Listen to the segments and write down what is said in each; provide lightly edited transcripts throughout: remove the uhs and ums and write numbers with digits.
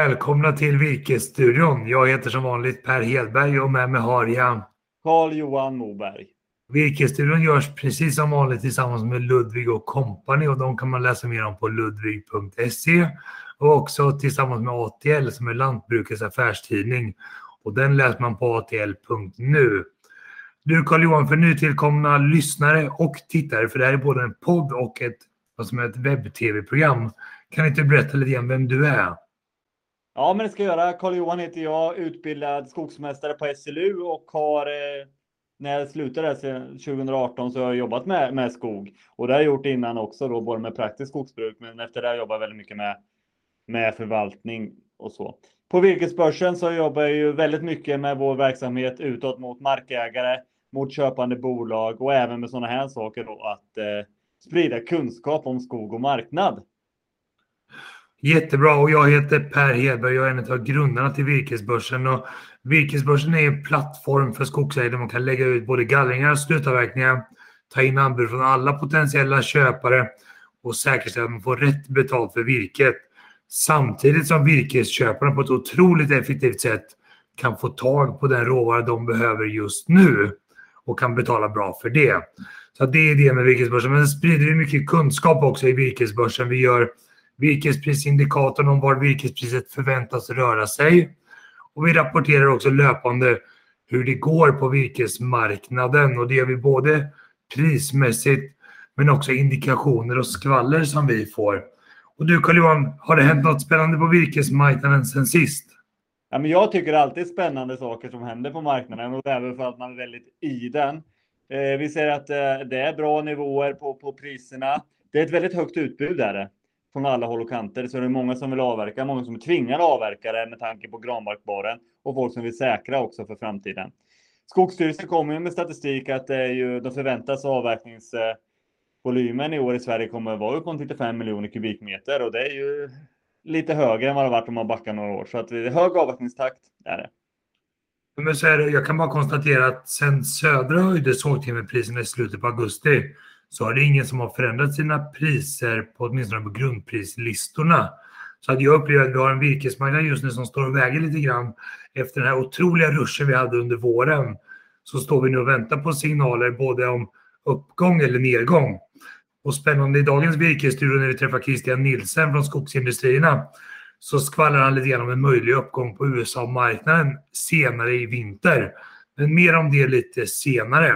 Välkomna till Virkesstudion. Jag heter som vanligt Per Hedberg och med mig har jag Carl-Johan Moberg. Virkesstudion görs precis som vanligt tillsammans med Ludvig och Company och de kan man läsa mer om på ludvig.se och också tillsammans med ATL som är lantbrukets affärstidning och den läser man på atl.nu. Du Carl-Johan, för nytillkomna lyssnare och tittare, för det här är både en podd och ett webb-tv-program. Kan inte berätta lite grann vem du är? Ja, men det ska jag göra. Carl-Johan heter jag, utbildad skogsmästare på SLU och har när jag slutade 2018 så har jag jobbat med skog. Och det har jag gjort innan också då, både med praktiskt skogsbruk, men efter det har jag jobbat väldigt mycket med förvaltning och så. På Virkesbörsen så jobbar jag ju väldigt mycket med vår verksamhet utåt mot markägare, mot köpande bolag och även med sådana här saker då, att sprida kunskap om skog och marknad. Jättebra, och jag heter Per Hedberg, jag är en av grundarna till Virkesbörsen och Virkesbörsen är en plattform för skogsägare där man kan lägga ut både gallringar och slutavverkningar, ta in anbud från alla potentiella köpare och säkerställa att man får rätt betalt för virket. Samtidigt som virkesköparna på ett otroligt effektivt sätt kan få tag på den råvara de behöver just nu och kan betala bra för det. Så det är det med Virkesbörsen, men sprider vi mycket kunskap också i Virkesbörsen. Vi gör virkesprisindikatorn om var virkespriset förväntas röra sig. Och vi rapporterar också löpande hur det går på virkesmarknaden. Och det gör vi både prismässigt men också indikationer och skvaller som vi får. Och du Carl-Johan, har det hänt något spännande på virkesmarknaden sen sist? Ja, men jag tycker alltid spännande saker som händer på marknaden och även för att man är väldigt i den. Vi ser att det är bra nivåer på priserna. Det är ett väldigt högt utbud där från alla håll och kanter. Så det är många som vill avverka, många som är tvingade avverkare med tanke på granbarkborren och folk som vill säkra också för framtiden. Skogsstyrelsen kommer med statistik att de förväntas avverkningsvolymen i år i Sverige kommer att vara upp om 95 miljoner kubikmeter och det är ju lite högre än vad det varit om man backar några år. Så att det är hög avverkningstakt är det. Men så är det, jag kan bara konstatera att sen Södra höjde sågtimmerpriserna i slutet på augusti så har det ingen som har förändrat sina priser på åtminstone på grundprislistorna. Så att jag upplever att vi har en virkesmarknad just nu som står och väger lite grann. Efter den här otroliga ruschen vi hade under våren så står vi nu och väntar på signaler både om uppgång eller nedgång. Och spännande i dagens virkesstudio när vi träffar Christian Nilsen från skogsindustrierna så skvallrar han lite grann om en möjlig uppgång på USA-marknaden senare i vinter. Men mer om det lite senare.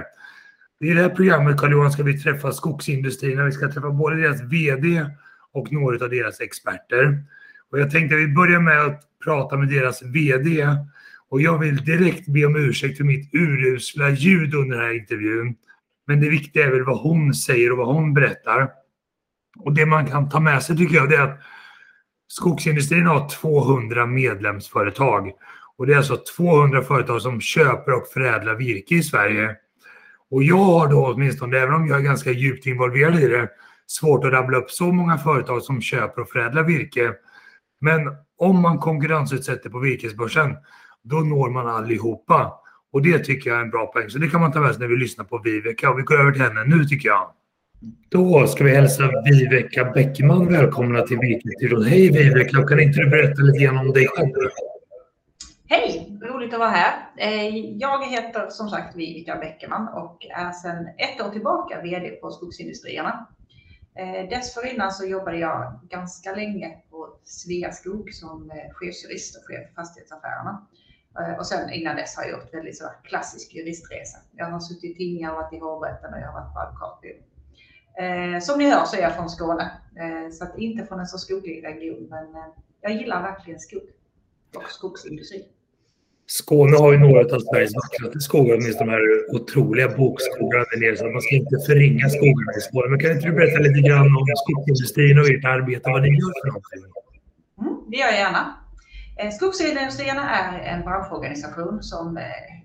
I det här programmet, Carl-Johan, ska vi träffa skogsindustrierna. Vi ska träffa både deras vd och några av deras experter. Och jag tänkte att vi börjar med att prata med deras vd. Och jag vill direkt be om ursäkt för mitt urusla ljud under den här intervjun. Men det viktiga är väl vad hon säger och vad hon berättar. Och det man kan ta med sig tycker jag är att skogsindustrin har 200 medlemsföretag. Och det är alltså 200 företag som köper och förädlar virke i Sverige. Och jag har då åtminstone, även om jag är ganska djupt involverad i det, svårt att rabbla upp så många företag som köper och förädlar virke. Men om man konkurrensutsätter på virkesbörsen, då når man allihopa. Och det tycker jag är en bra poäng. Så det kan man ta med sig när vi lyssnar på Viveka. Och vi går över till henne nu tycker jag. Då ska vi hälsa Viveka Bäckman välkomna till Virkesstudion. Hej Viveka, kan inte du berätta lite grann om dig själv? Hej, roligt att vara här. Jag heter som sagt Viveka Bäckman och är sedan ett år tillbaka vd på Skogsindustrierna. Dessförinnan så jobbade jag ganska länge på Sveaskog som chefsjurist och chef för fastighetsaffärerna. Och sen innan dess har jag gjort väldigt så klassisk juristresa. Jag har suttit i tingar, varit i hovrätten och jag har varit på advokatbyrå. Som ni hör så är jag från Skåne, så att inte från en så skoglig region, men jag gillar verkligen skog och skogsindustri. Skåne har ju några av Sveriges vackraste skogar, minst de här otroliga bokskogarna där nere, så man ska inte förringa skogarna i Skåne. Men kan inte du berätta lite grann om skogsindustrin och ert arbete, vad ni gör för någonting? Det gör jag gärna. Skogsindustrierna är en branschorganisation som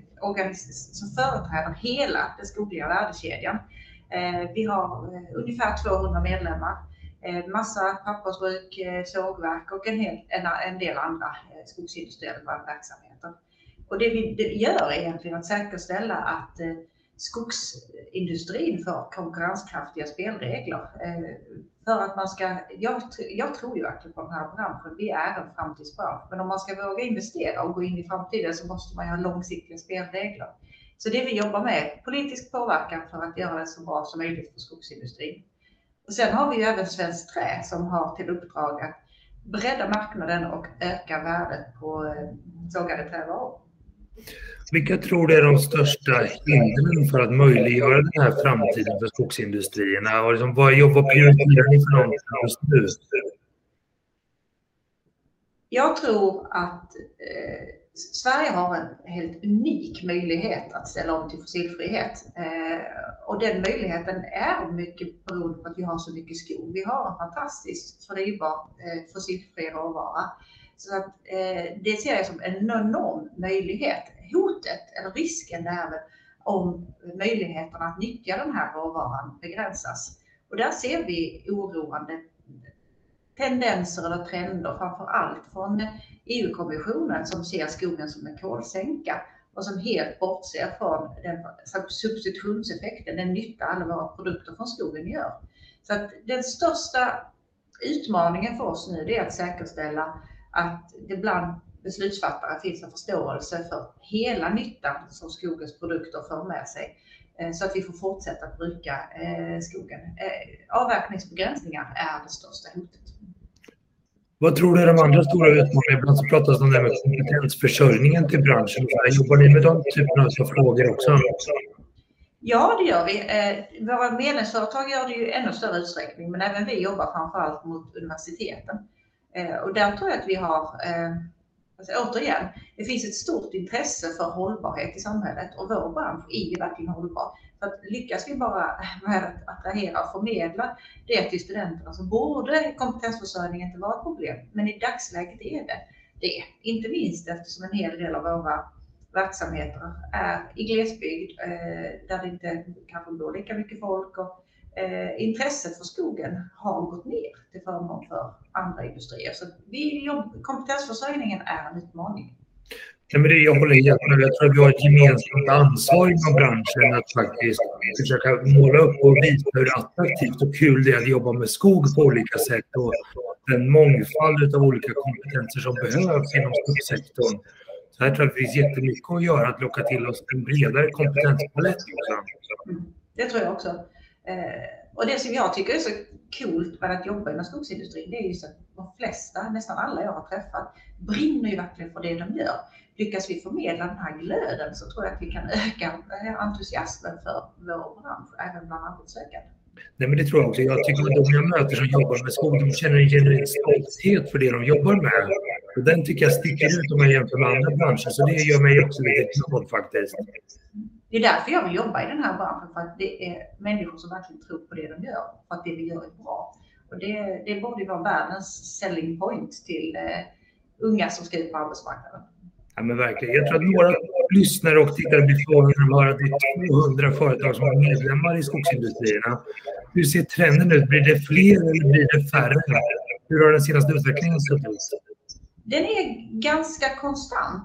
företräder hela den skogliga värdekedjan. Vi har ungefär 200 medlemmar, massa pappersbruk, sågverk och en del andra skogsindustriella verksamheter. Och det vi gör är egentligen att säkerställa att skogsindustrin får konkurrenskraftiga spelregler för att man ska, jag tror ju verkligen på den här branschen, vi är en framtidsbransch, men om man ska våga investera och gå in i framtiden så måste man ha långsiktiga spelregler. Så det vi jobbar med, politisk påverkan för att göra det så bra som möjligt för skogsindustrin. Och sen har vi ju även Svenskt Trä som har till uppdrag att bredda marknaden och öka värdet på sågade trävaror. Vilka tror du är de största hindren för att möjliggöra den här framtiden för skogsindustrierna? Och liksom, vad prioriterar ni för någonting just nu? Jag tror att Sverige har en helt unik möjlighet att ställa om till fossilfrihet. Och den möjligheten är mycket beroende på att vi har så mycket skog. Vi har en fantastisk förnybar fossilfri råvara. Så att, det ser jag som en enorm möjlighet. Hotet eller risken är väl om möjligheterna att nyttja den här råvaran begränsas. Och där ser vi oroande tendenser eller trender, framför allt från EU-kommissionen som ser skogen som en kolsänka och som helt bortser från den substitutionseffekten, den nytta alla våra produkter från skogen gör. Så att den största utmaningen för oss nu är att säkerställa att det bland beslutsfattare finns en förståelse för hela nyttan som skogens produkter för med sig, så att vi får fortsätta att bruka skogen. Avverkningsbegränsningar är det största hotet. Vad tror du är de andra stora utmaningarna? Ibland så pratas om det med kompetensförsörjningen till branschen. Jobbar ni med de typerna av frågor också? Ja, det gör vi. Våra medlemsföretag gör det ju i ännu större utsträckning, men även vi jobbar framförallt mot universiteten. Och där tror jag att vi har, återigen, det finns ett stort intresse för hållbarhet i samhället och vår bransch är ju verkligen hållbar. Så att lyckas vi bara med att attrahera och förmedla det till studenterna så borde kompetensförsörjningen inte vara ett problem. Men i dagsläget är det. Inte minst eftersom en hel del av våra verksamheter är i glesbygd där det inte kanske bor lika mycket folk och intresset för skogen har gått ner till förmån för andra industrier. Så kompetensförsörjningen är en utmaning. Ja, men jag håller helt med. Jag tror att vi har ett gemensamt ansvar inom branschen att faktiskt försöka måla upp och visa hur attraktivt och kul det är att jobba med skog på olika sätt och den mångfald av olika kompetenser som behövs inom skogssektorn. Så här tror jag att det finns jättemycket att göra att locka till oss en bredare kompetenspalett också. Det tror jag också. Och det som jag tycker är så coolt med att jobba inom skogsindustrin, det är ju så att de flesta, nästan alla jag har träffat, brinner ju verkligen för det de gör. Lyckas vi förmedla den här glöden så tror jag att vi kan öka entusiasmen för vår bransch, även bland arbetssökande. Nej, men det tror jag också. Jag tycker att de jag möter som jobbar med skog, de känner en genuin stolthet för det de jobbar med. Och den tycker jag sticker ut om jag jämför med andra branscher, så det gör mig också lite glad faktiskt. Det är därför jag vill jobba i den här branschen, för att det är människor som verkligen tror på det de gör, för att det vi gör är bra. Och det borde vara världens selling point till unga som ska ut på arbetsmarknaden. Ja, men verkligen. Jag tror att några lyssnare och tittare blir förvånade när de hör att det är 200 företag som är medlemmar i skogsindustrierna. Hur ser trenden ut? Blir det fler eller blir det färre? Hur har den senaste utvecklingen sett ut? Den är ganska konstant.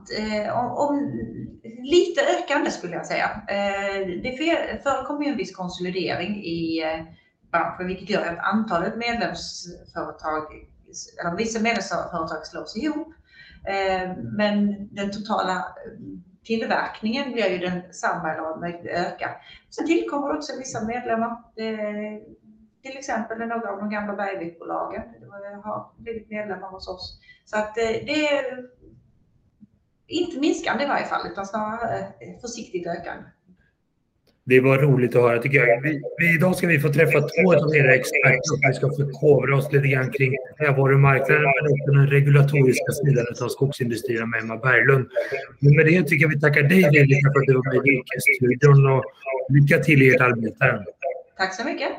Lite ökande skulle jag säga. Det förekommer en viss konsolidering i branschen, vilket gör att antalet medlemsföretag, eller vissa medlemsföretag slås ihop. Men den totala tillverkningen blir ju densamma eller möjligt öka. Sen tillkommer också vissa medlemmar. Till exempel några av de gamla Bergvikbolagen har blivit medlemmar hos oss. Så att det är inte minskande i varje fall, utan snarare försiktigt ökande. Det var roligt att höra tycker jag. Idag ska vi få träffa två av era experter och vi ska förkovra oss lite grann kring varumarknaden men också den regulatoriska sidan av skogsindustrierna med Emma Berglund. Men med det tycker jag vi tackar dig Vilka för att du var med i Virkesstudion och lycka till i ert arbete. Tack så mycket.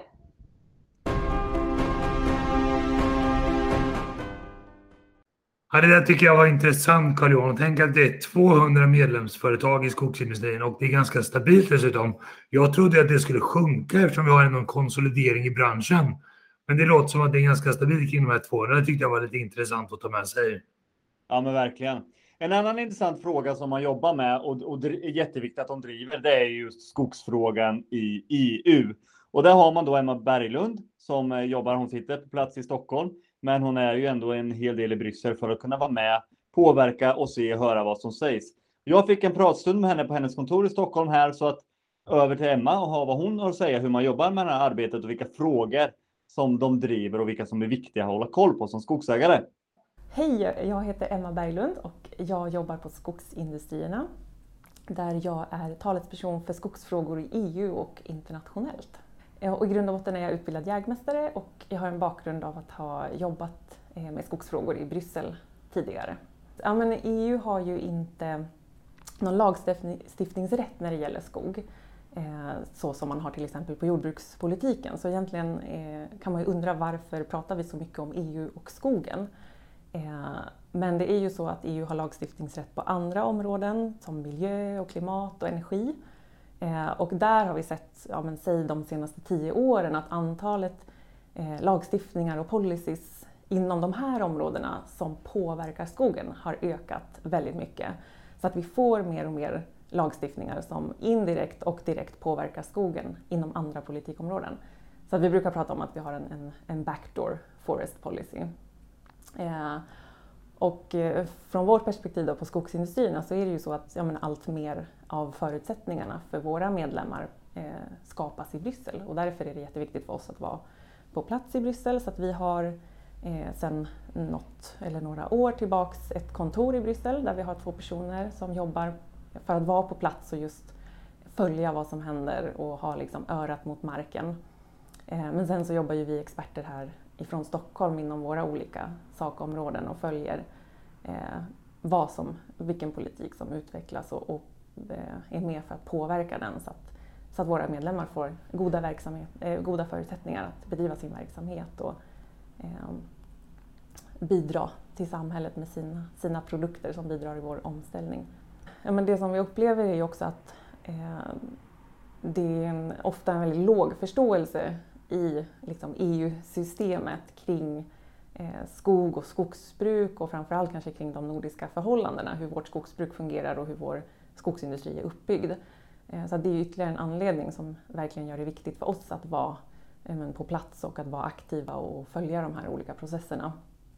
Ja, det där tycker jag var intressant, Carl-Johan. Tänk att det är 200 medlemsföretag i skogsindustrin och det är ganska stabilt dessutom. Jag trodde att det skulle sjunka eftersom vi har en konsolidering i branschen. Men det låter som att det är ganska stabilt kring de här 200. Det tyckte jag var lite intressant att ta med sig. Ja, men verkligen. En annan intressant fråga som man jobbar med och det är jätteviktigt att de driver, det är just skogsfrågan i EU. Och där har man då Emma Berglund som hon sitter på plats i Stockholm, men hon är ju ändå en hel del i Bryssel för att kunna vara med, påverka och se och höra vad som sägs. Jag fick en pratstund med henne på hennes kontor i Stockholm här, så att över till Emma och ha vad hon har att säga, hur man jobbar med det här arbetet och vilka frågor som de driver och vilka som är viktiga att hålla koll på som skogsägare. Hej, jag heter Emma Berglund och jag jobbar på Skogsindustrierna där jag är talesperson för skogsfrågor i EU och internationellt. Och i grund och botten är jag utbildad jägmästare och jag har en bakgrund av att ha jobbat med skogsfrågor i Bryssel tidigare. Ja, men EU har ju inte någon lagstiftningsrätt när det gäller skog, så som man har till exempel på jordbrukspolitiken. Så egentligen kan man ju undra varför pratar vi så mycket om EU och skogen. Men det är ju så att EU har lagstiftningsrätt på andra områden som miljö och klimat och energi. Och där har vi sett, säg de senaste 10 åren, att antalet lagstiftningar och policies inom de här områdena som påverkar skogen har ökat väldigt mycket. Så att vi får mer och mer lagstiftningar som indirekt och direkt påverkar skogen inom andra politikområden. Så att vi brukar prata om att vi har en backdoor forest policy. Och från vårt perspektiv då på skogsindustrierna så är det ju så att allt mer av förutsättningarna för våra medlemmar skapas i Bryssel. Och därför är det jätteviktigt för oss att vara på plats i Bryssel. Så att vi har sedan några år tillbaks ett kontor i Bryssel där vi har 2 personer som jobbar för att vara på plats och just följa vad som händer och ha liksom örat mot marken. Men sen så jobbar ju vi experter här ifrån Stockholm inom våra olika sakområden och följer vilken politik som utvecklas och är med för att påverka den så att våra medlemmar får goda förutsättningar att bedriva sin verksamhet och bidra till samhället med sina produkter som bidrar i vår omställning. Ja, men det som vi upplever är ju också att det är ofta en väldigt låg förståelse i liksom EU-systemet kring skog och skogsbruk och framförallt kanske kring de nordiska förhållandena, hur vårt skogsbruk fungerar och hur vår skogsindustri är uppbyggd. Så det är ytterligare en anledning som verkligen gör det viktigt för oss att vara på plats och att vara aktiva och följa de här olika processerna.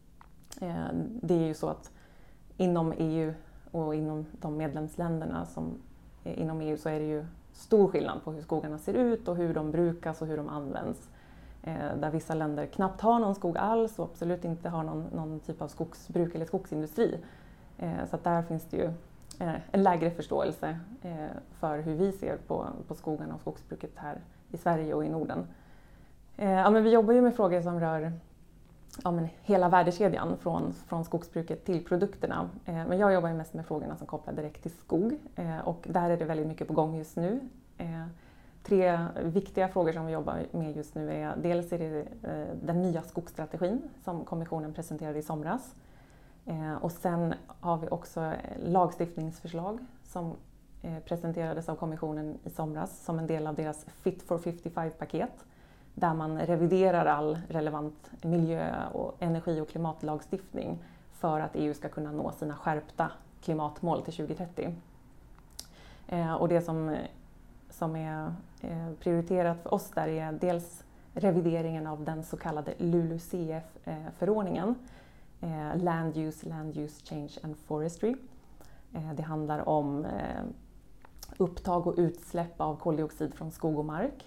Det är ju så att inom EU och inom de medlemsländerna som inom EU så är det ju stor skillnad på hur skogarna ser ut och hur de brukas och hur de används. Där vissa länder knappt har någon skog alls och absolut inte har någon typ av skogsbruk eller skogsindustri. Så att där finns det ju en lägre förståelse för hur vi ser på skogarna och skogsbruket här i Sverige och i Norden. Men vi jobbar ju med frågor som rör hela värdekedjan från skogsbruket till produkterna. Men jag jobbar ju mest med frågorna som kopplar direkt till skog och där är det väldigt mycket på gång just nu. 3 viktiga frågor som vi jobbar med just nu är dels är det den nya skogsstrategin som kommissionen presenterade i somras. Och sen har vi också lagstiftningsförslag som presenterades av kommissionen i somras som en del av deras Fit for 55-paket. Där man reviderar all relevant miljö- och energi- och klimatlagstiftning för att EU ska kunna nå sina skärpta klimatmål till 2030. Och det som är prioriterat för oss där är dels revideringen av den så kallade LULUCF-förordningen, Land Use Change and Forestry. Det handlar om upptag och utsläpp av koldioxid från skog och mark.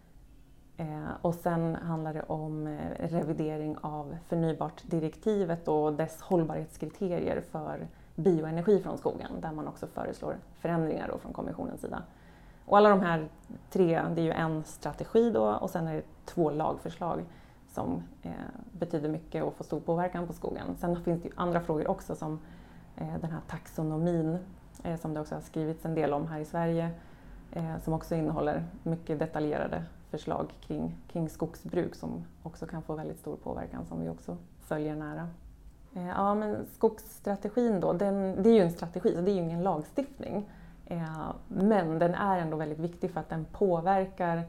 Och sen handlar det om revidering av förnybart-direktivet och dess hållbarhetskriterier för bioenergi från skogen, där man också föreslår förändringar då från kommissionens sida. Och alla de här 3, det är ju en strategi då och sen är det 2 lagförslag som betyder mycket och får stor påverkan på skogen. Sen finns det ju andra frågor också som den här taxonomin som det också har skrivits en del om här i Sverige som också innehåller mycket detaljerade förslag kring skogsbruk som också kan få väldigt stor påverkan som vi också följer nära. Ja, men skogsstrategin då, det är ju en strategi så det är ju ingen lagstiftning. Men den är ändå väldigt viktig för att den påverkar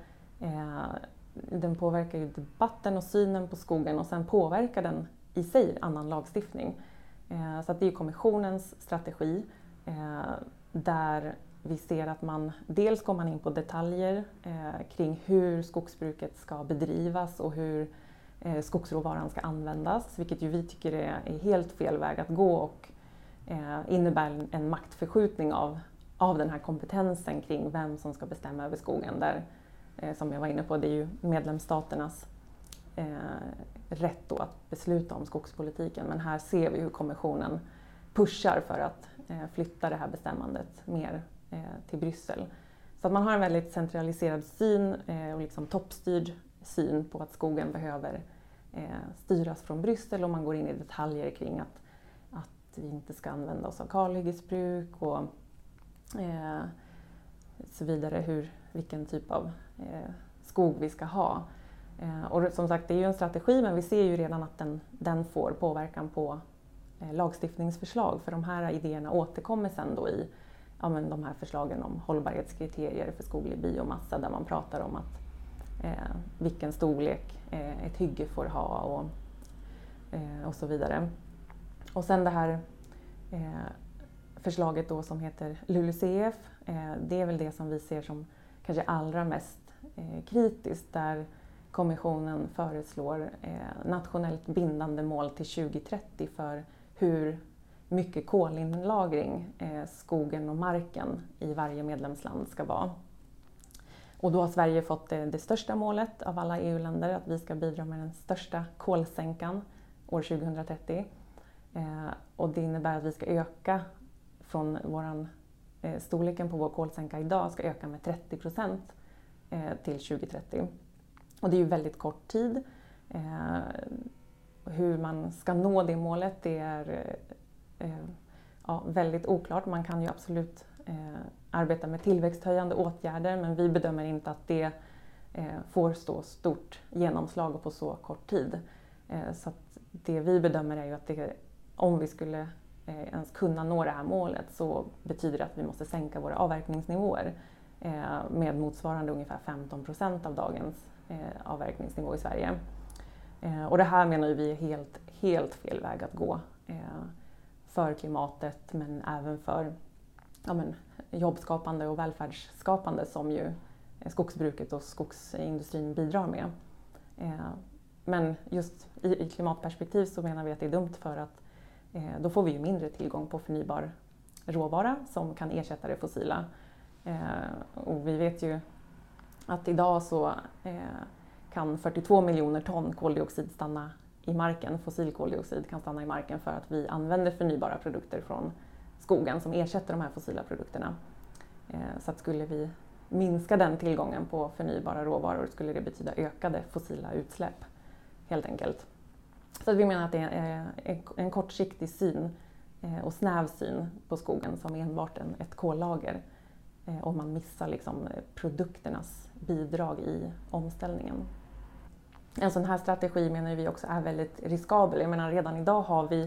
ju debatten och synen på skogen och sen påverkar den i sig annan lagstiftning. Så att det är kommissionens strategi där vi ser att man dels kommer in på detaljer kring hur skogsbruket ska bedrivas och hur skogsråvaran ska användas, vilket ju vi tycker är helt fel väg att gå och innebär en maktförskjutning av den här kompetensen kring vem som ska bestämma över skogen. Där, som jag var inne på, det är ju medlemsstaternas rätt då att besluta om skogspolitiken. Men här ser vi hur kommissionen pushar för att flytta det här bestämmandet mer till Bryssel. Så att man har en väldigt centraliserad syn och liksom toppstyrd syn på att skogen behöver styras från Bryssel, och man går in i detaljer kring att vi inte ska använda oss av kalhyggesbruk och så vidare, vilken typ av skog vi ska ha. Och som sagt, det är ju en strategi, men vi ser ju redan att den får påverkan på lagstiftningsförslag, för de här idéerna återkommer sen då i de här förslagen om hållbarhetskriterier för skoglig biomassa, där man pratar om att vilken storlek ett hygge får ha och så vidare. Och sen det här förslaget då som heter LULUCF, det är väl det som vi ser som kanske allra mest kritiskt, där kommissionen föreslår nationellt bindande mål till 2030 för hur mycket kolinlagring skogen och marken i varje medlemsland ska vara. Och då har Sverige fått det största målet av alla EU-länder, att vi ska bidra med den största kolsänkan år 2030. Och det innebär att vi ska öka från storleken på vår kolsänka idag ska öka med 30% till 2030. Och det är ju väldigt kort tid. Hur man ska nå det målet, det är väldigt oklart. Man kan ju absolut arbeta med tillväxthöjande åtgärder, men vi bedömer inte att det får så stort genomslag på så kort tid. Så att det vi bedömer är ju att om vi skulle ens kunna nå det här målet, så betyder det att vi måste sänka våra avverkningsnivåer med motsvarande ungefär 15% av dagens avverkningsnivå i Sverige. Och det här menar vi är helt fel väg att gå för klimatet, men även för jobbskapande och välfärdsskapande som ju skogsbruket och skogsindustrin bidrar med. Men just i klimatperspektiv så menar vi att det är dumt, för att då får vi ju mindre tillgång på förnybar råvara som kan ersätta det fossila. Och vi vet ju att idag så kan 42 miljoner ton koldioxid stanna i marken, fossilkoldioxid kan stanna i marken för att vi använder förnybara produkter från skogen som ersätter de här fossila produkterna. Så att skulle vi minska den tillgången på förnybara råvaror, skulle det betyda ökade fossila utsläpp helt enkelt. Så att vi menar att det är en kortsiktig syn och snäv syn på skogen som enbart ett kollager, om man missar liksom produkternas bidrag i omställningen. En sån här strategi menar vi också är väldigt riskabel. Jag menar, redan idag har vi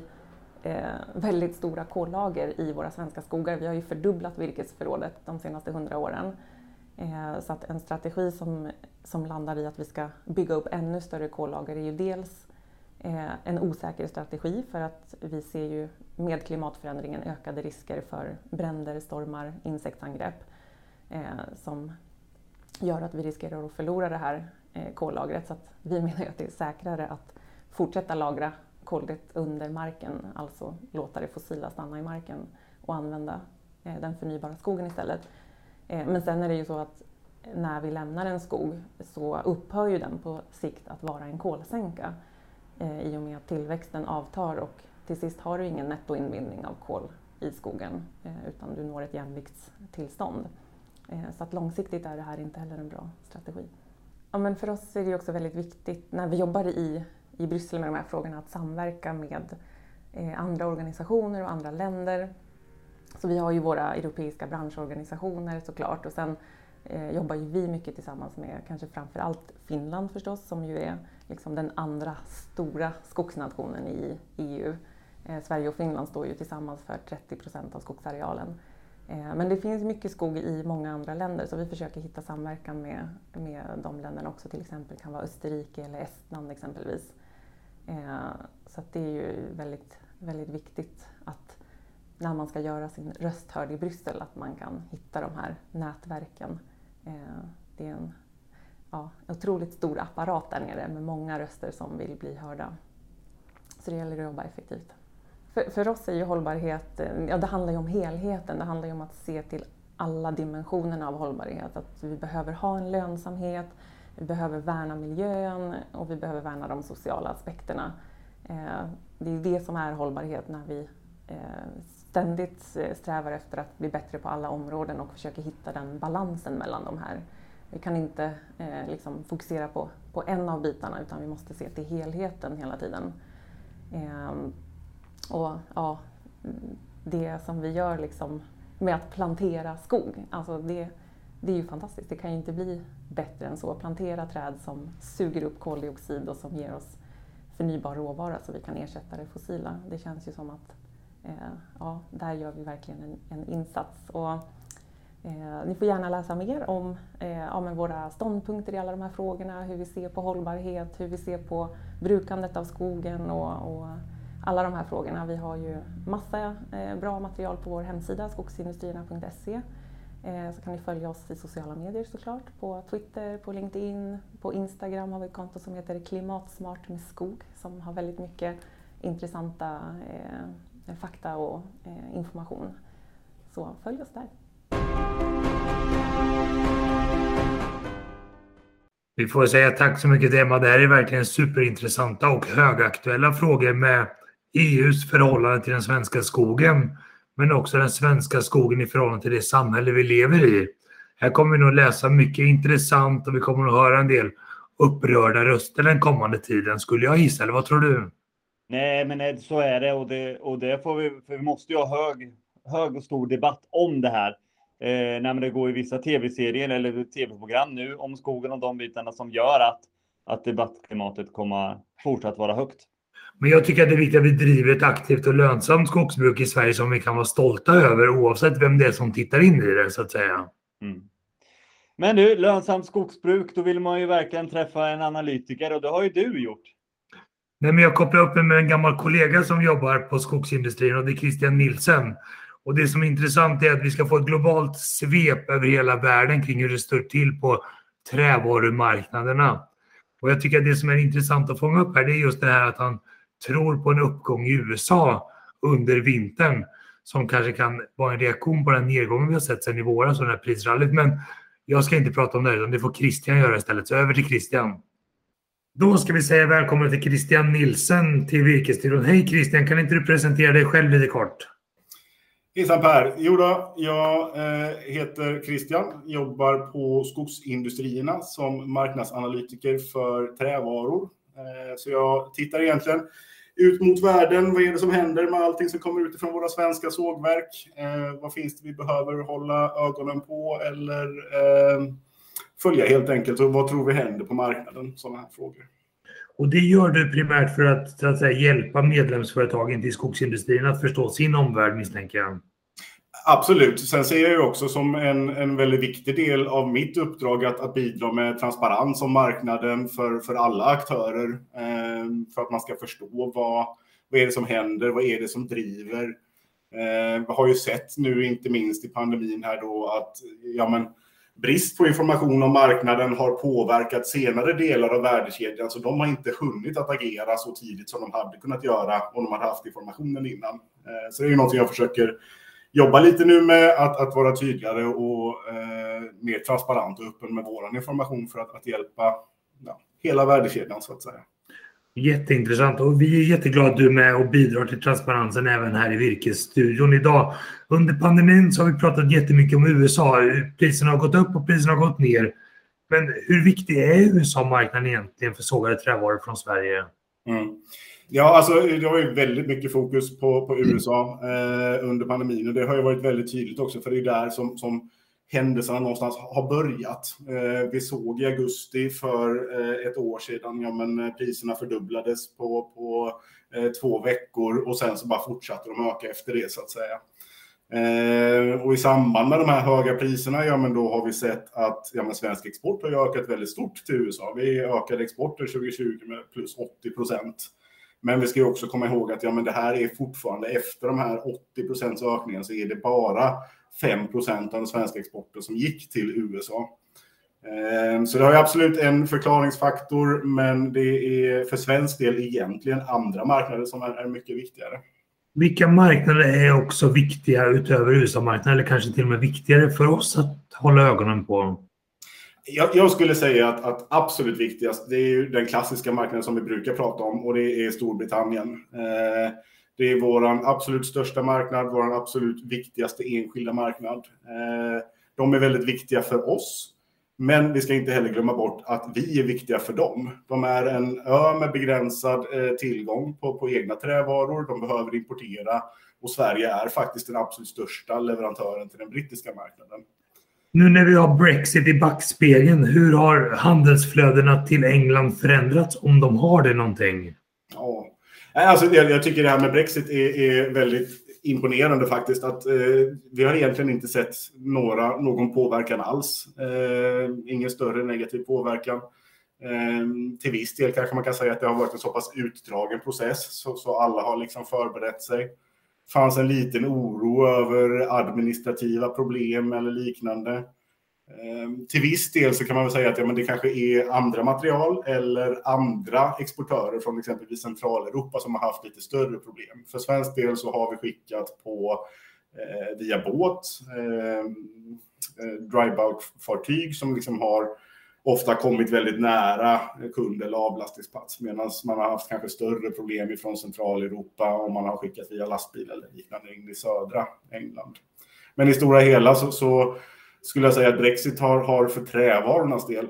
väldigt stora kollager i våra svenska skogar. Vi har ju fördubblat virkesförrådet de senaste 100 åren. Så att en strategi som landar i att vi ska bygga upp ännu större kollager är ju dels en osäker strategi, för att vi ser ju med klimatförändringen ökade risker för bränder, stormar, insektsangrepp som gör att vi riskerar att förlora det här kollagret. Så att vi menar ju att det är säkrare att fortsätta lagra koldioxid under marken, alltså låta det fossila stanna i marken och använda den förnybara skogen istället. Men sen är det ju så att när vi lämnar en skog så upphör ju den på sikt att vara en kolsänka i och med att tillväxten avtar, och till sist har du ingen nettoinbindning av kol i skogen utan du når ett jämviktstillstånd. Så att långsiktigt är det här inte heller en bra strategi. Ja, men för oss är det också väldigt viktigt när vi jobbar i Bryssel med de här frågorna att samverka med andra organisationer och andra länder. Så vi har ju våra europeiska branschorganisationer såklart, och sen jobbar ju vi mycket tillsammans med kanske framförallt Finland förstås, som ju är liksom den andra stora skogsnationen i EU. Sverige och Finland står ju tillsammans för 30% av skogsarealen. Men det finns mycket skog i många andra länder, så vi försöker hitta samverkan med de länderna också. Till exempel kan vara Österrike eller Estland exempelvis. Så att det är ju väldigt, väldigt viktigt att när man ska göra sin röst hörd i Bryssel, att man kan hitta de här nätverken. Det är en otroligt stor apparat där nere med många röster som vill bli hörda. Så det gäller att jobba effektivt. För oss är ju hållbarhet, det handlar ju om helheten. Det handlar ju om att se till alla dimensionerna av hållbarhet. Att vi behöver ha en lönsamhet, vi behöver värna miljön och vi behöver värna de sociala aspekterna. Det är det som är hållbarhet, när vi ständigt strävar efter att bli bättre på alla områden och försöker hitta den balansen mellan de här. Vi kan inte fokusera på en av bitarna, utan vi måste se till helheten hela tiden. Det som vi gör med att plantera skog, alltså det är ju fantastiskt. Det kan ju inte bli bättre än så. Plantera träd som suger upp koldioxid och som ger oss förnybar råvara så vi kan ersätta det fossila. Det känns ju som att där gör vi verkligen en insats. Och ni får gärna läsa mer om våra ståndpunkter i alla de här frågorna, hur vi ser på hållbarhet, hur vi ser på brukandet av skogen och alla de här frågorna. Vi har ju massa bra material på vår hemsida skogsindustrierna.se. Så kan ni följa oss i sociala medier såklart, på Twitter, på LinkedIn, på Instagram har vi ett konto som heter Klimatsmart med skog, som har väldigt mycket intressanta fakta och information. Så följ oss där. Vi får säga tack så mycket till Emma. Det här är verkligen superintressanta och högaktuella frågor med EUs förhållande till den svenska skogen, men också den svenska skogen i förhållande till det samhälle vi lever i. Här kommer vi nog läsa mycket intressant och vi kommer nog höra en del upprörda röster den kommande tiden, skulle jag gissa, eller vad tror du? Nej, men så är det, och det får vi, för vi måste ju ha hög och stor debatt om det här. När det går i vissa tv-serier eller tv-program nu om skogen och de bitarna som gör att debattklimatet kommer fortsatt vara högt. Men jag tycker att det är viktigt att vi driver ett aktivt och lönsamt skogsbruk i Sverige som vi kan vara stolta över, oavsett vem det är som tittar in i det, så att säga. Mm. Men du, lönsamt skogsbruk, då vill man ju verkligen träffa en analytiker, och det har ju du gjort. Nej, men jag kopplar upp mig med en gammal kollega som jobbar på skogsindustrin, och det är Christian Nielsen. Och det som är intressant är att vi ska få ett globalt svep över hela världen kring hur det står till på trävarumarknaderna. Och jag tycker att det som är intressant att fånga upp här, det är just det här att han tror på en uppgång i USA under vintern som kanske kan vara en reaktion på den nedgången vi har sett sedan i våras och den här prisrallyt. Men jag ska inte prata om det, utan det får Christian göra istället. Så över till Christian. Då ska vi säga välkommen till Christian Nielsen till Virkesstudion. Hej Christian, kan inte du presentera dig själv lite kort? Hejsan Per. Jag heter Christian, jobbar på Skogsindustrierna som marknadsanalytiker för trävaror. Så jag tittar egentligen ut mot världen. Vad är det som händer med allting som kommer utifrån våra svenska sågverk? Vad finns det vi behöver hålla ögonen på eller följa helt enkelt? Och vad tror vi händer på marknaden? Sådana här frågor. Och det gör du primärt för att, så att säga, hjälpa medlemsföretagen till skogsindustrin att förstå sin omvärld, misstänker jag. Absolut. Sen ser jag ju också som en väldigt viktig del av mitt uppdrag att bidra med transparens om marknaden för alla aktörer. För att man ska förstå vad är det som händer, vad är det som driver. Vi har ju sett nu, inte minst i pandemin här då, att brist på information om marknaden har påverkat senare delar av värdekedjan, så de har inte hunnit att agera så tidigt som de hade kunnat göra om de hade haft informationen innan. Så det är ju något jag försöker jobba lite nu med, att vara tydligare och mer transparent och öppen med vår information för att hjälpa hela värdekedjan så att säga. Jätteintressant, och vi är jätteglada att du är med och bidrar till transparensen även här i Virkesstudion idag. Under pandemin så har vi pratat jättemycket om USA. Priserna har gått upp och priserna har gått ner. Men hur viktig är USA-marknaden egentligen för sågade trävaror från Sverige? Ja, alltså det har ju väldigt mycket fokus på USA under pandemin, och det har ju varit väldigt tydligt också, för det är där som händelserna någonstans har börjat. Vi såg i augusti för ett år sedan, priserna fördubblades på 2 veckor, och sen så bara fortsatte de öka efter det så att säga. Och i samband med de här höga priserna, då har vi sett att svensk export har ökat väldigt stort till USA. Vi ökade exporten 2020 med plus 80%. Men vi ska ju också komma ihåg att det här är fortfarande efter de här 80% ökningen så är det bara 5% av den svenska exporten som gick till USA. Så det har ju absolut en förklaringsfaktor, men det är för svensk del egentligen andra marknader som är mycket viktigare. Vilka marknader är också viktiga utöver USA-marknaden, eller kanske till och med viktigare för oss att hålla ögonen på? Jag skulle säga att absolut viktigast, det är ju den klassiska marknaden som vi brukar prata om, och det är Storbritannien. Det är vår absolut största marknad, vår absolut viktigaste enskilda marknad. De är väldigt viktiga för oss, men vi ska inte heller glömma bort att vi är viktiga för dem. De är en ö med begränsad tillgång på egna trävaror, de behöver importera, och Sverige är faktiskt den absolut största leverantören till den brittiska marknaden. Nu när vi har Brexit i backspegeln, hur har handelsflödena till England förändrats, om de har det någonting? Ja, alltså jag tycker det här med Brexit är väldigt imponerande faktiskt. Att vi har egentligen inte sett någon påverkan alls. Ingen större negativ påverkan. Till viss del kanske man kan säga att det har varit en så pass utdragen process så alla har liksom förberett sig. Fanns en liten oro över administrativa problem eller liknande. Till viss del så kan man väl säga att det kanske är andra material eller andra exportörer från exempelvis Centraleuropa som har haft lite större problem. För svensk del så har vi skickat via båt, drybulk-fartyg som liksom har ofta kommit väldigt nära kund eller avlastningsplats, medan man har haft kanske större problem från Centraleuropa om man har skickat via lastbil eller liknande in i södra England. Men i stora hela så skulle jag säga att Brexit har för trävarornas del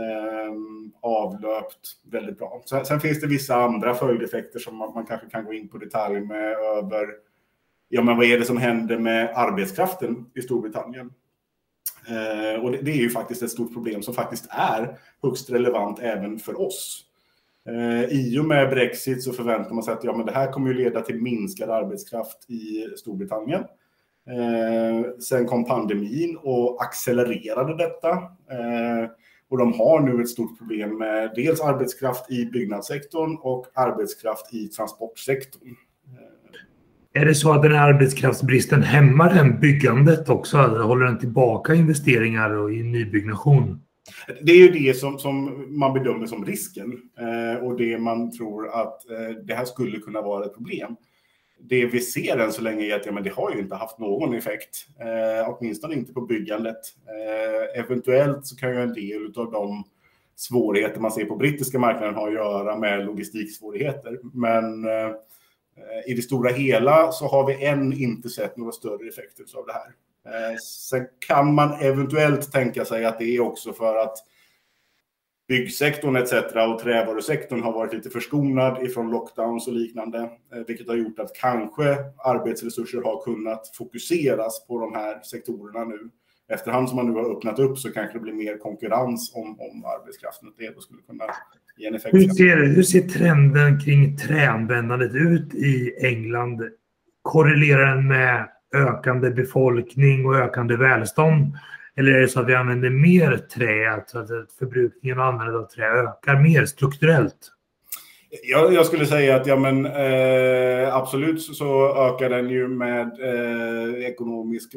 avlöpt väldigt bra. Sen finns det vissa andra följdeffekter som man kanske kan gå in på detalj med över, men vad är det som händer med arbetskraften i Storbritannien? Och det är ju faktiskt ett stort problem som faktiskt är högst relevant även för oss. I och med Brexit så förväntar man sig att det här kommer ju leda till minskad arbetskraft i Storbritannien. Sen kom pandemin och accelererade detta. Och de har nu ett stort problem med dels arbetskraft i byggnadssektorn och arbetskraft i transportsektorn. Är det så att den här arbetskraftsbristen hämmar den byggandet också? Eller håller den tillbaka investeringar och i nybyggnation? Det är ju det som man bedömer som risken. Och det man tror att det här skulle kunna vara ett problem. Det vi ser än så länge är att det har ju inte haft någon effekt. Åtminstone inte på byggandet. Eventuellt så kan ju en del av de svårigheter man ser på brittiska marknaden ha att göra med logistiksvårigheter. Men i det stora hela så har vi än inte sett några större effekter av det här. Sen kan man eventuellt tänka sig att det är också för att byggsektorn etc. och trävarusektorn har varit lite förskonad ifrån lockdowns och liknande. Vilket har gjort att kanske arbetsresurser har kunnat fokuseras på de här sektorerna nu. Efterhand som man nu har öppnat upp så kanske det blir mer konkurrens om arbetskraften. Det då skulle kunna ge en effekt. Hur ser trenden kring träanvändandet ut i England? Korrelerar den med ökande befolkning och ökande välstånd? Eller är det så att vi använder mer trä, alltså att förbrukningen och användandet av trä ökar mer strukturellt? Jag skulle säga att absolut så ökar den ju med ekonomisk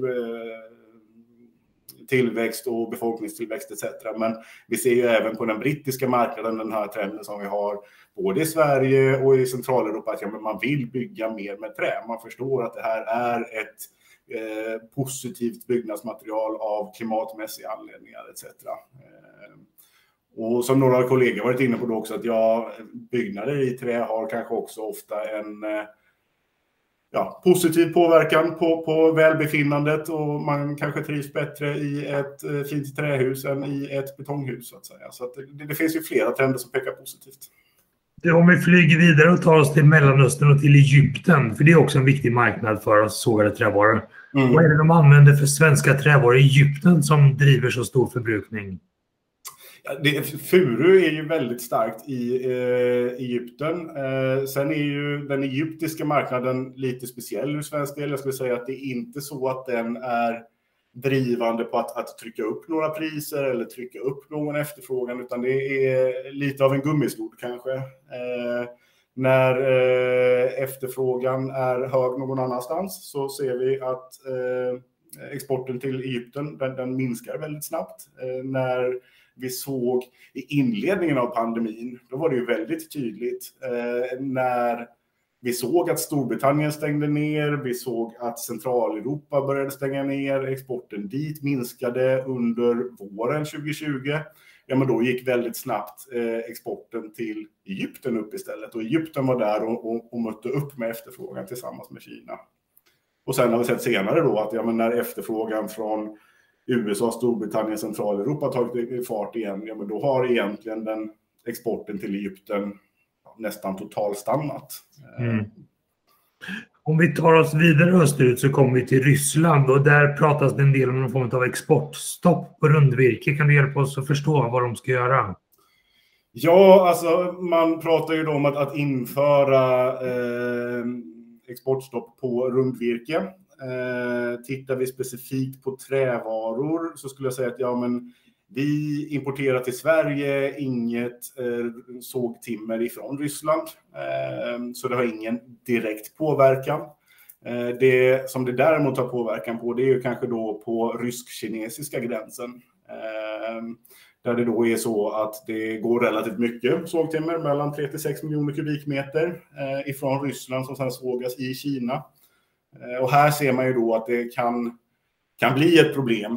tillväxt och befolkningstillväxt etc. Men vi ser ju även på den brittiska marknaden den här trenden som vi har både i Sverige och i Centraleuropa att man vill bygga mer med trä. Man förstår att det här är ett positivt byggnadsmaterial av klimatmässiga anledningar etc. Och som några kollegor varit inne på då också att byggnader i trä har kanske också ofta en positiv påverkan på välbefinnandet och man kanske trivs bättre i ett fint trähus än i ett betonghus så att säga. Så att det finns ju flera trender som pekar positivt. Om vi flyger vidare och tar oss till Mellanöstern och till Egypten, för det är också en viktig marknad för oss sågade trävaror. Vad är det de använder för svenska trävaror i Egypten som driver så stor förbrukning? Furu är ju väldigt starkt i Egypten. Sen är ju den egyptiska marknaden lite speciell ur svensk del. Jag skulle säga att det är inte så att den är drivande på att trycka upp några priser eller trycka upp någon efterfrågan, utan det är lite av en gummisnod kanske. När efterfrågan är hög någon annanstans så ser vi att exporten till Egypten den minskar väldigt snabbt. När vi såg i inledningen av pandemin, då var det ju väldigt tydligt när vi såg att Storbritannien stängde ner, vi såg att Centraleuropa började stänga ner, exporten dit minskade under våren 2020. Ja, men då gick väldigt snabbt exporten till Egypten upp istället. Och Egypten var där och mötte upp med efterfrågan tillsammans med Kina. Och sen har vi sett senare då att men när efterfrågan från USA, Storbritannien, Centraleuropa tagit fart igen, ja, men då har egentligen den exporten till Egypten nästan totalstannat. Om vi tar oss vidare österut så kommer vi till Ryssland och där pratas det en del om någon form av exportstopp på rundvirke. Kan du hjälpa oss att förstå vad de ska göra? Ja, alltså man pratar ju då om att införa exportstopp på rundvirke. Tittar vi specifikt på trävaror så skulle jag säga att vi importerar till Sverige inget sågtimmer ifrån Ryssland. Så det har ingen direkt påverkan. Det som det däremot har påverkan på, det är ju kanske då på rysk-kinesiska gränsen. Där det då är så att det går relativt mycket sågtimmer, mellan 3-6 miljoner kubikmeter ifrån Ryssland som sedan sågas i Kina. Och här ser man ju då att det kan bli ett problem.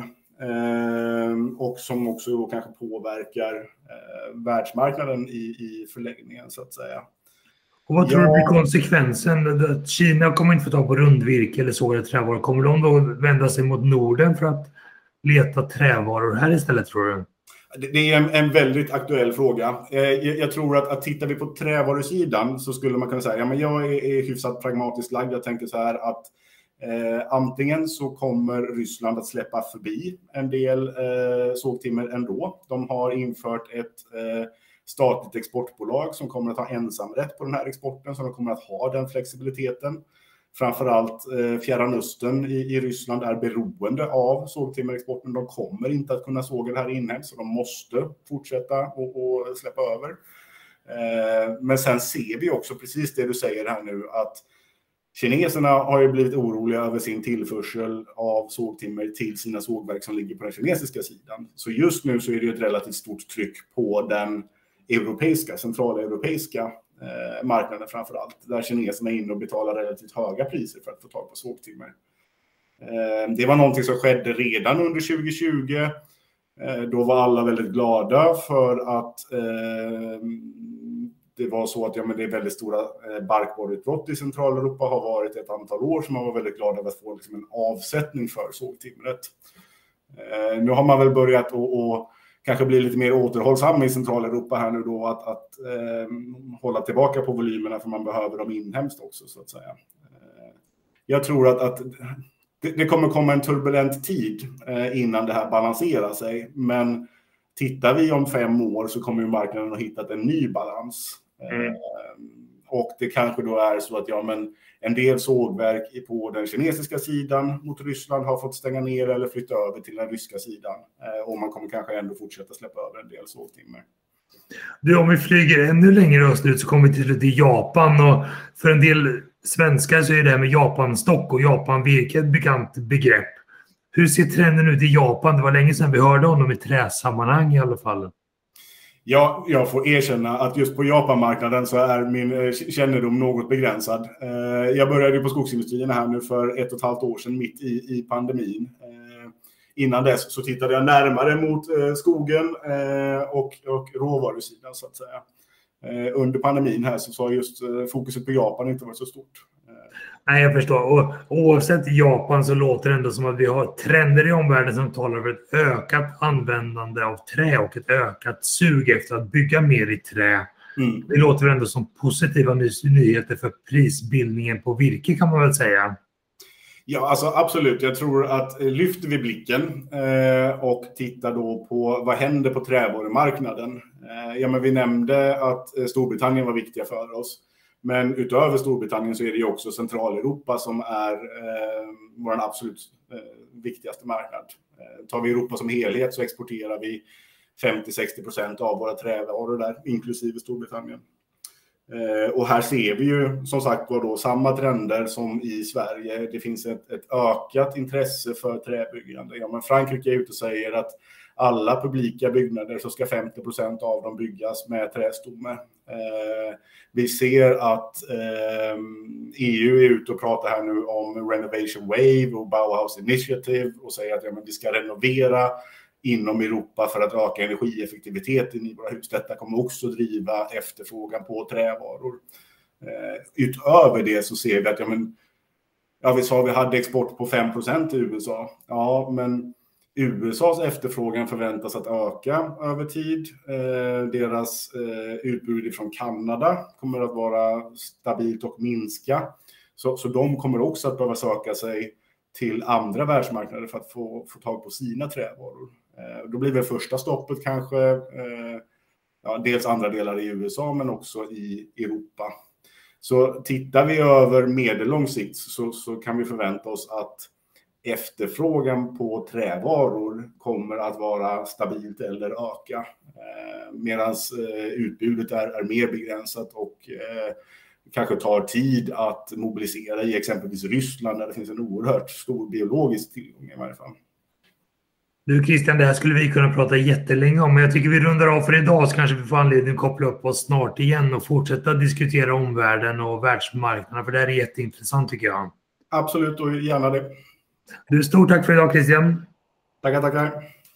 Och som också då kanske påverkar världsmarknaden i förlängningen så att säga. Och vad tror du blir konsekvensen? Kina kommer inte få ta på rundvirke eller sågade trävaror. Kommer de då vända sig mot Norden för att leta trävaror här istället, tror du? Det är en väldigt aktuell fråga. Jag tror att tittar vi på trävarusidan så skulle man kunna säga, men jag är hyfsat pragmatiskt lagd. Jag tänker så här att antingen så kommer Ryssland att släppa förbi en del sågtimmer ändå. De har infört ett statligt exportbolag som kommer att ha ensamrätt på den här exporten, så de kommer att ha den flexibiliteten. Framförallt Fjärran Östern i Ryssland är beroende av sågtimmerexporten. De kommer inte att kunna såga det här inhemskt, så de måste fortsätta och släppa över. Men sen ser vi också precis det du säger här nu, att kineserna har ju blivit oroliga över sin tillförsel av sågtimmer till sina sågverk som ligger på den kinesiska sidan. Så just nu så är det ett relativt stort tryck på den centraleuropeiska marknaden framförallt, där kineserna är inne och betalar relativt höga priser för att få tag på sågtimmer. Det var någonting som skedde redan under 2020. Då var alla väldigt glada för att det var så att det är väldigt stora barkborreutbrott i Centraleuropa, har varit ett antal år, som man var väldigt glad över att få en avsättning för sågtimret. Nu har man väl börjat att kanske bli lite mer återhållsam i Centraleuropa här nu då, att hålla tillbaka på volymerna, för man behöver dem inhemskt också så att säga. Jag tror att det kommer komma en turbulent tid innan det här balanserar sig, men tittar vi om 5 år så kommer ju marknaden att hitta en ny balans. Och det kanske då är så att en del sågverk på den kinesiska sidan mot Ryssland har fått stänga ner eller flytta över till den ryska sidan. Och man kommer kanske ändå fortsätta släppa över en del sågtimmer. Du, om vi flyger ännu längre österut så kommer vi till Japan, och för en del svenskar så är det här med Japanstock och Japanvirke ett bekant begrepp. Hur ser trenden ut i Japan? Det var länge sedan vi hörde om dem i träsammanhang i alla fall. Ja, jag får erkänna att just på Japanmarknaden så är min kännedom något begränsad. Jag började på skogsindustrierna här nu för 1,5 år sedan mitt i pandemin. Innan dess så tittade jag närmare mot skogen och råvarusidan så att säga. Under pandemin här så har just fokuset på Japan inte varit så stort. Nej, jag förstår. Och oavsett Japan så låter det ändå som att vi har trender i omvärlden som talar för ett ökat användande av trä och ett ökat sug efter att bygga mer i trä. Det låter ändå som positiva nyheter för prisbildningen på virke, kan man väl säga. Ja, alltså absolut. Jag tror att lyfter vi blicken och tittar då på vad händer på trävarumarknaden. Men vi nämnde att Storbritannien var viktiga för oss. Men utöver Storbritannien så är det ju också Centraleuropa som är vår absolut viktigaste marknad. Tar vi Europa som helhet så exporterar vi 50-60% av våra trävaror där, inklusive Storbritannien. Och här ser vi ju som sagt då samma trender som i Sverige. Det finns ett ökat intresse för träbyggande. Ja, men Frankrike är ute och säger att alla publika byggnader så ska 50% av dem byggas med trästomme. Vi ser att EU är ute och pratar här nu om Renovation Wave och Bauhaus Initiative och säger att vi ska renovera inom Europa för att öka energieffektiviteten i våra hus. Detta kommer också driva efterfrågan på trävaror. Utöver det så ser vi att vi sa vi hade export på 5% i USA. Ja, men USAs efterfrågan förväntas att öka över tid. Deras utbud från Kanada kommer att vara stabilt och minska. Så de kommer också att behöva söka sig till andra världsmarknader för att få tag på sina trävaror. Då blir det första stoppet kanske dels andra delar i USA men också i Europa. Så tittar vi över medellång sikt så kan vi förvänta oss att efterfrågan på trävaror kommer att vara stabilt eller öka. Medan utbudet är mer begränsat och kanske tar tid att mobilisera i exempelvis Ryssland där det finns en oerhört stor biologisk tillgång i varje fall. Du Christian, det här skulle vi kunna prata jättelänge om, men jag tycker vi rundar av för idag så kanske vi får anledning att koppla upp oss snart igen och fortsätta diskutera omvärlden och världsmarknaden, för det här är jätteintressant tycker jag. Absolut, och gärna det. Du, stort tack för idag Christian. Tackar.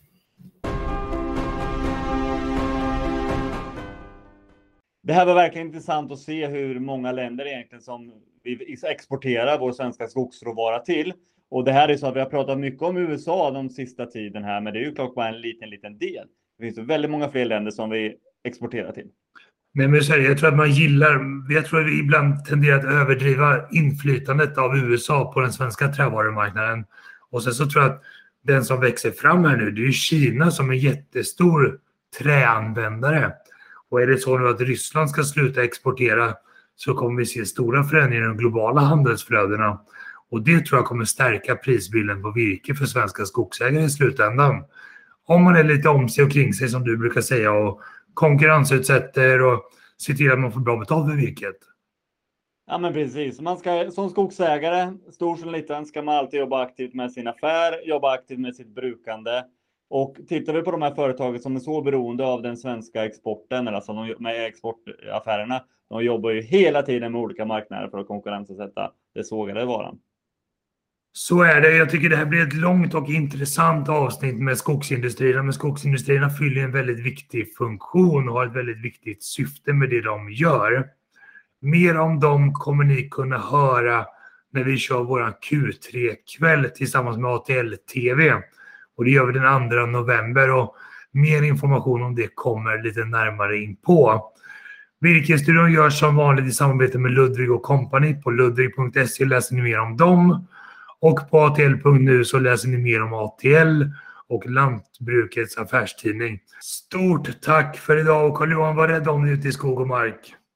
Det här var verkligen intressant att se hur många länder egentligen som vi exporterar vår svenska skogsråvara till. Och det här är så att vi har pratat mycket om USA de sista tiden här, men det är ju klart bara en liten del. Det finns väldigt många fler länder som vi exporterar till. Nej, men jag tror att jag tror att vi ibland tenderar att överdriva inflytandet av USA på den svenska trävarumarknaden. Och sen så tror jag att den som växer fram här nu, det är ju Kina som är jättestor träanvändare. Och är det så nu att Ryssland ska sluta exportera så kommer vi se stora förändringar i de globala handelsflödena. Och det tror jag kommer stärka prisbilden på virke för svenska skogsägare i slutändan. Om man är lite om sig och kring sig som du brukar säga och konkurrensutsätter och ser till att man får bra betalt för virket. Ja men precis. Man ska, som skogsägare, stor som liten, ska man alltid jobba aktivt med sin affär, jobba aktivt med sitt brukande. Och tittar vi på de här företagen som är så beroende av den svenska exporten, eller alltså med exportaffärerna, de jobbar ju hela tiden med olika marknader för att konkurrensutsätta det sågade varan. Så är det. Jag tycker det här blir ett långt och intressant avsnitt med skogsindustrierna. Men skogsindustrierna fyller en väldigt viktig funktion och har ett väldigt viktigt syfte med det de gör. Mer om dem kommer ni kunna höra när vi kör vår Q3-kväll tillsammans med ATL TV. Och det gör vi den 2 november och mer information om det kommer lite närmare in på. Virkesstudion görs som vanligt i samarbete med Ludvig & Company. På ludvig.se läser ni mer om dem. Och på atl.nu så läser ni mer om ATL och Lantbrukets affärstidning. Stort tack för idag och Carl-Johan, var rädd om dig ute i skog och mark.